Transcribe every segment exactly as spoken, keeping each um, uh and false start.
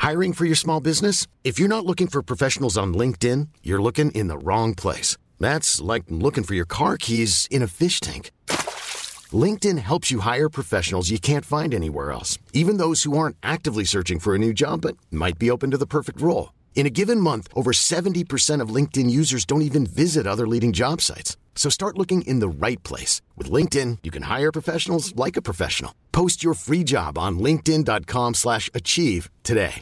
Hiring for your small business? If you're not looking for professionals on LinkedIn, you're looking in the wrong place. That's like looking for your car keys in a fish tank. LinkedIn helps you hire professionals you can't find anywhere else, even those who aren't actively searching for a new job but might be open to the perfect role. In a given month, over seventy percent of LinkedIn users don't even visit other leading job sites. So start looking in the right place. With LinkedIn, you can hire professionals like a professional. Post your free job on linkedin dot com slash achieve today.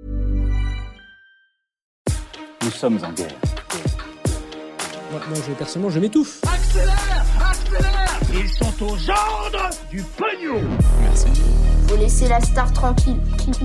Nous sommes en guerre. Moi, moi je, personnellement, je m'étouffe. Accélère, accélère. Ils sont aux ordres du pognon. Merci. Faut laisser la star tranquille.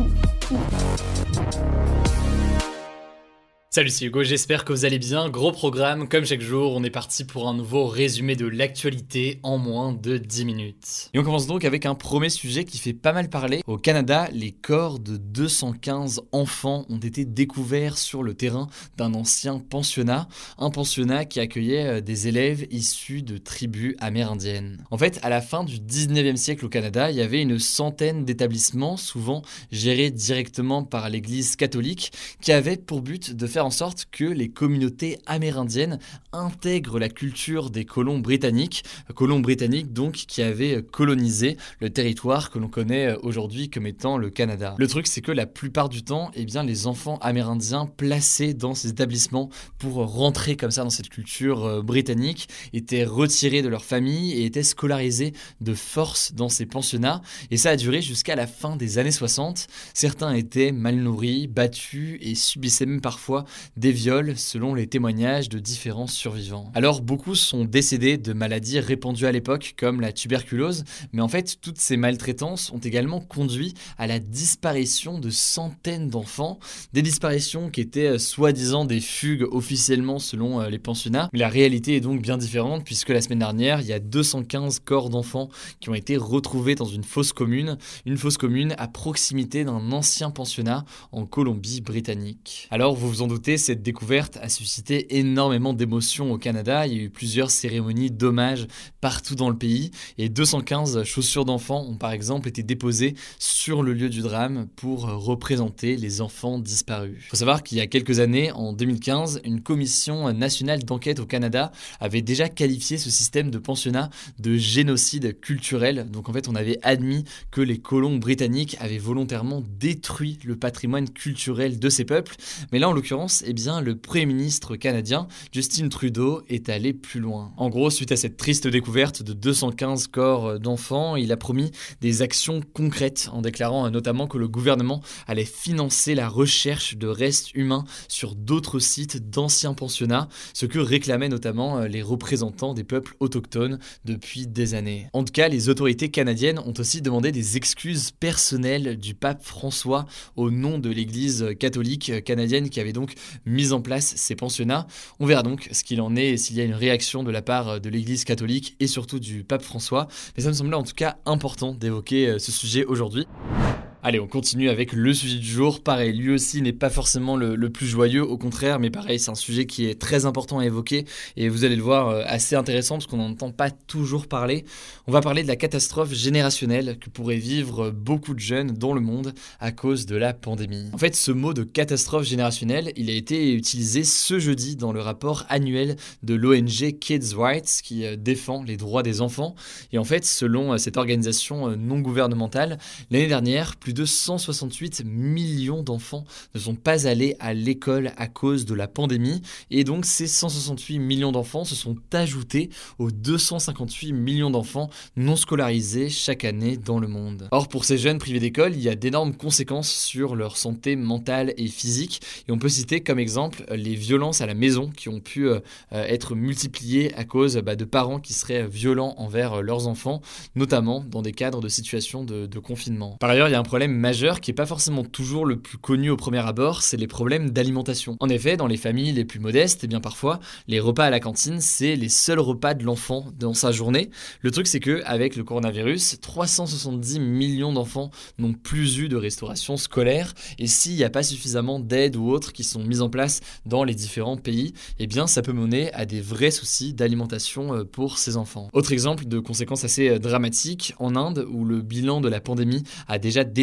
Salut, c'est Hugo, j'espère que vous allez bien. Gros programme, comme chaque jour, on est parti pour un nouveau résumé de l'actualité en moins de dix minutes. Et on commence donc avec un premier sujet qui fait pas mal parler. Au Canada, les corps de deux cent quinze enfants ont été découverts sur le terrain d'un ancien pensionnat. Un pensionnat qui accueillait des élèves issus de tribus amérindiennes. En fait, à la fin du dix-neuvième siècle au Canada, il y avait une centaine d'établissements, souvent gérés directement par l'église catholique, qui avaient pour but de faire en sorte que les communautés amérindiennes intègrent la culture des colons britanniques, colons britanniques donc qui avaient colonisé le territoire que l'on connaît aujourd'hui comme étant le Canada. Le truc c'est que la plupart du temps, eh bien, les enfants amérindiens placés dans ces établissements pour rentrer comme ça dans cette culture britannique étaient retirés de leur famille et étaient scolarisés de force dans ces pensionnats, et ça a duré jusqu'à la fin des années soixante. Certains étaient mal nourris, battus et subissaient même parfois des viols selon les témoignages de différents survivants. Alors beaucoup sont décédés de maladies répandues à l'époque comme la tuberculose, mais en fait toutes ces maltraitances ont également conduit à la disparition de centaines d'enfants, des disparitions qui étaient soi-disant des fugues officiellement selon les pensionnats, mais la réalité est donc bien différente puisque la semaine dernière il y a deux cent quinze corps d'enfants qui ont été retrouvés dans une fosse commune, une fosse commune à proximité d'un ancien pensionnat en Colombie-Britannique. Alors vous vous en doutez, cette découverte a suscité énormément d'émotions au Canada. Il y a eu plusieurs cérémonies d'hommage partout dans le pays et deux cent quinze chaussures d'enfants ont par exemple été déposées sur le lieu du drame pour représenter les enfants disparus. Il faut savoir qu'il y a quelques années, en deux mille quinze, une commission nationale d'enquête au Canada avait déjà qualifié ce système de pensionnat de génocide culturel. Donc en fait, on avait admis que les colons britanniques avaient volontairement détruit le patrimoine culturel de ces peuples. Mais là, en l'occurrence, eh bien, le Premier ministre canadien, Justin Trudeau, est allé plus loin. En gros, suite à cette triste découverte de deux cent quinze corps d'enfants, il a promis des actions concrètes en déclarant notamment que le gouvernement allait financer la recherche de restes humains sur d'autres sites d'anciens pensionnats, ce que réclamaient notamment les représentants des peuples autochtones depuis des années. En tout cas, les autorités canadiennes ont aussi demandé des excuses personnelles du pape François au nom de l'église catholique canadienne qui avait donc mis en place ces pensionnats. On verra donc ce qu'il en est et s'il y a une réaction de la part de l'église catholique et surtout du pape François. Mais ça me semblait en tout cas important d'évoquer ce sujet aujourd'hui. Allez, on continue avec le sujet du jour. Pareil, lui aussi n'est pas forcément le, le plus joyeux, au contraire, mais pareil, c'est un sujet qui est très important à évoquer et vous allez le voir, euh, assez intéressant parce qu'on n'en entend pas toujours parler. On va parler de la catastrophe générationnelle que pourraient vivre beaucoup de jeunes dans le monde à cause de la pandémie. En fait, ce mot de catastrophe générationnelle, il a été utilisé ce jeudi dans le rapport annuel de l'O N G Kids Rights qui euh, défend les droits des enfants. Et en fait, selon euh, cette organisation euh, non gouvernementale, l'année dernière, plus de cent soixante-huit millions d'enfants ne sont pas allés à l'école à cause de la pandémie. Et donc, ces cent soixante-huit millions d'enfants se sont ajoutés aux deux cent cinquante-huit millions d'enfants non scolarisés chaque année dans le monde. Or, pour ces jeunes privés d'école, il y a d'énormes conséquences sur leur santé mentale et physique. Et on peut citer comme exemple les violences à la maison qui ont pu euh, être multipliées à cause bah, de parents qui seraient violents envers leurs enfants, notamment dans des cadres de situations de, de confinement. Par ailleurs, il y a un problème majeur qui n'est pas forcément toujours le plus connu au premier abord, c'est les problèmes d'alimentation. En effet, dans les familles les plus modestes, eh bien parfois, les repas à la cantine, c'est les seuls repas de l'enfant dans sa journée. Le truc, c'est qu'avec le coronavirus, trois cent soixante-dix millions d'enfants n'ont plus eu de restauration scolaire, et s'il n'y a pas suffisamment d'aide ou autres qui sont mises en place dans les différents pays, eh bien ça peut mener à des vrais soucis d'alimentation pour ces enfants. Autre exemple de conséquences assez dramatiques, en Inde, où le bilan de la pandémie a déjà dépassé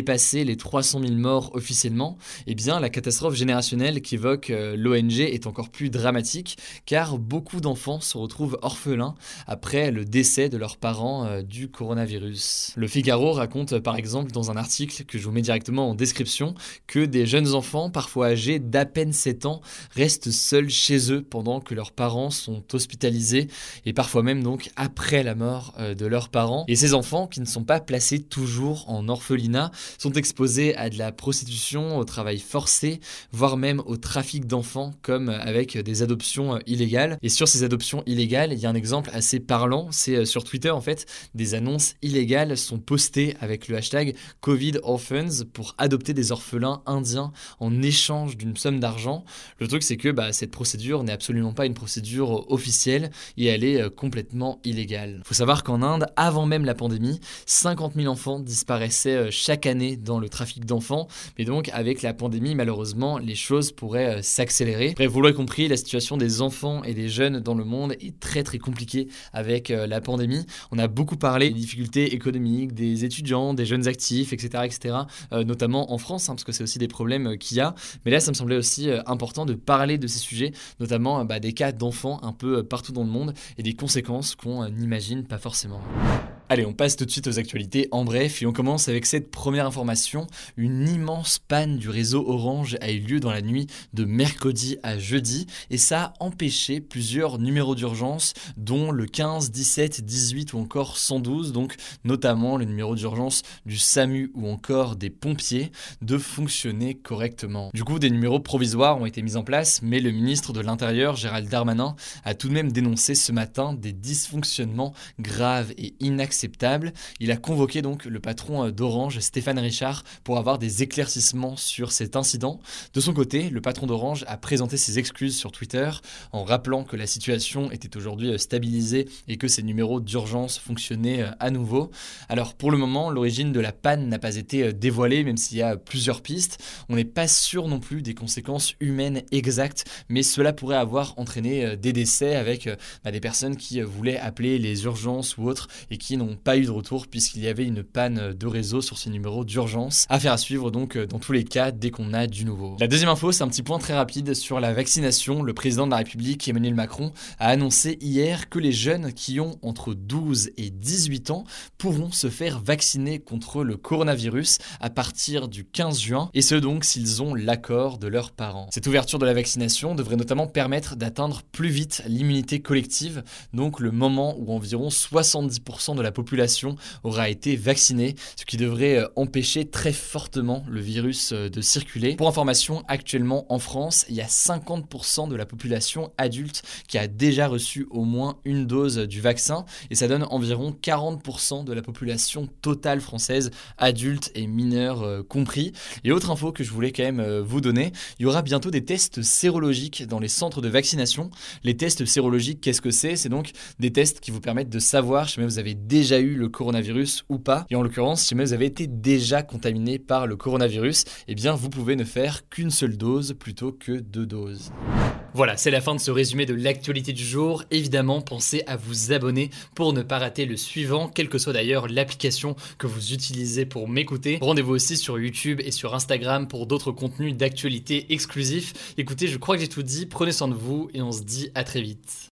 dépassé les trois cent mille morts officiellement, eh bien la catastrophe générationnelle qu'évoque euh, l'O N G est encore plus dramatique, car beaucoup d'enfants se retrouvent orphelins après le décès de leurs parents euh, du coronavirus. Le Figaro raconte euh, par exemple dans un article que je vous mets directement en description que des jeunes enfants, parfois âgés d'à peine sept ans, restent seuls chez eux pendant que leurs parents sont hospitalisés et parfois même donc après la mort euh, de leurs parents. Et ces enfants, qui ne sont pas placés toujours en orphelinat, sont exposés à de la prostitution, au travail forcé, voire même au trafic d'enfants, comme avec des adoptions illégales. Et sur ces adoptions illégales, il y a un exemple assez parlant, c'est sur Twitter en fait, des annonces illégales sont postées avec le hashtag Covid Orphans pour adopter des orphelins indiens en échange d'une somme d'argent. Le truc c'est que bah, cette procédure n'est absolument pas une procédure officielle et elle est complètement illégale. Il faut savoir qu'en Inde, avant même la pandémie, cinquante mille enfants disparaissaient chaque année dans le trafic d'enfants, mais donc avec la pandémie, malheureusement, les choses pourraient s'accélérer. Bref, vous l'aurez compris, la situation des enfants et des jeunes dans le monde est très très compliquée avec la pandémie. On a beaucoup parlé des difficultés économiques, des étudiants, des jeunes actifs, et cetera, et cetera, euh, notamment en France, hein, parce que c'est aussi des problèmes qu'il y a. Mais là, ça me semblait aussi euh, important de parler de ces sujets, notamment euh, bah, des cas d'enfants un peu euh, partout dans le monde et des conséquences qu'on euh, n'imagine pas forcément. Allez, on passe tout de suite aux actualités en bref et on commence avec cette première information. Une immense panne du réseau Orange a eu lieu dans la nuit de mercredi à jeudi et ça a empêché plusieurs numéros d'urgence dont le quinze, dix-sept, dix-huit ou encore cent douze, donc notamment le numéro d'urgence du SAMU ou encore des pompiers, de fonctionner correctement. Du coup, des numéros provisoires ont été mis en place, mais le ministre de l'Intérieur, Gérald Darmanin, a tout de même dénoncé ce matin des dysfonctionnements graves et inacceptables. Acceptable. Il a convoqué donc le patron d'Orange, Stéphane Richard, pour avoir des éclaircissements sur cet incident. De son côté, le patron d'Orange a présenté ses excuses sur Twitter en rappelant que la situation était aujourd'hui stabilisée et que ses numéros d'urgence fonctionnaient à nouveau. Alors pour le moment, l'origine de la panne n'a pas été dévoilée, même s'il y a plusieurs pistes. On n'est pas sûr non plus des conséquences humaines exactes, mais cela pourrait avoir entraîné des décès avec bah, des personnes qui voulaient appeler les urgences ou autres et qui n'ont pas eu de retour puisqu'il y avait une panne de réseau sur ces numéros d'urgence. Affaire à suivre donc dans tous les cas dès qu'on a du nouveau. La deuxième info, c'est un petit point très rapide sur la vaccination. Le président de la République, Emmanuel Macron, a annoncé hier que les jeunes qui ont entre douze et dix-huit ans pourront se faire vacciner contre le coronavirus à partir du quinze juin, et ce donc s'ils ont l'accord de leurs parents. Cette ouverture de la vaccination devrait notamment permettre d'atteindre plus vite l'immunité collective, donc le moment où environ soixante-dix pour cent de la population aura été vaccinée, ce qui devrait empêcher très fortement le virus de circuler. Pour information, actuellement en France, il y a cinquante pour cent de la population adulte qui a déjà reçu au moins une dose du vaccin et ça donne environ quarante pour cent de la population totale française, adulte et mineurs euh, compris. Et autre info que je voulais quand même euh, vous donner, il y aura bientôt des tests sérologiques dans les centres de vaccination. Les tests sérologiques, qu'est-ce que c'est ? C'est donc des tests qui vous permettent de savoir si vous avez déjà eu le coronavirus ou pas. Et en l'occurrence, si vous avez été déjà contaminé par le coronavirus, eh bien vous pouvez ne faire qu'une seule dose plutôt que deux doses. Voilà, c'est la fin de ce résumé de l'actualité du jour. Évidemment, pensez à vous abonner pour ne pas rater le suivant, quelle que soit d'ailleurs l'application que vous utilisez pour m'écouter. Rendez-vous aussi sur YouTube et sur Instagram pour d'autres contenus d'actualité exclusifs. Écoutez, je crois que j'ai tout dit, prenez soin de vous et on se dit à très vite.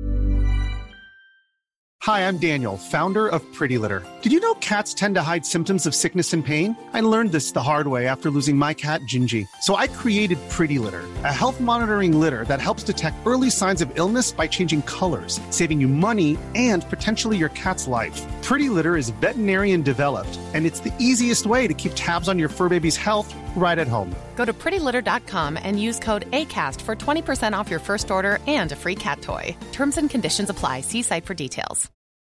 Hi, I'm Daniel, founder of Pretty Litter. Did you know cats tend to hide symptoms of sickness and pain? I learned this the hard way after losing my cat, Gingy. So I created Pretty Litter, a health monitoring litter that helps detect early signs of illness by changing colors, saving you money and potentially your cat's life. Pretty Litter is veterinarian developed, and it's the easiest way to keep tabs on your fur baby's health right at home. Go to pretty litter dot com and use code ACAST for twenty percent off your first order and a free cat toy. Terms and conditions apply. See site for details.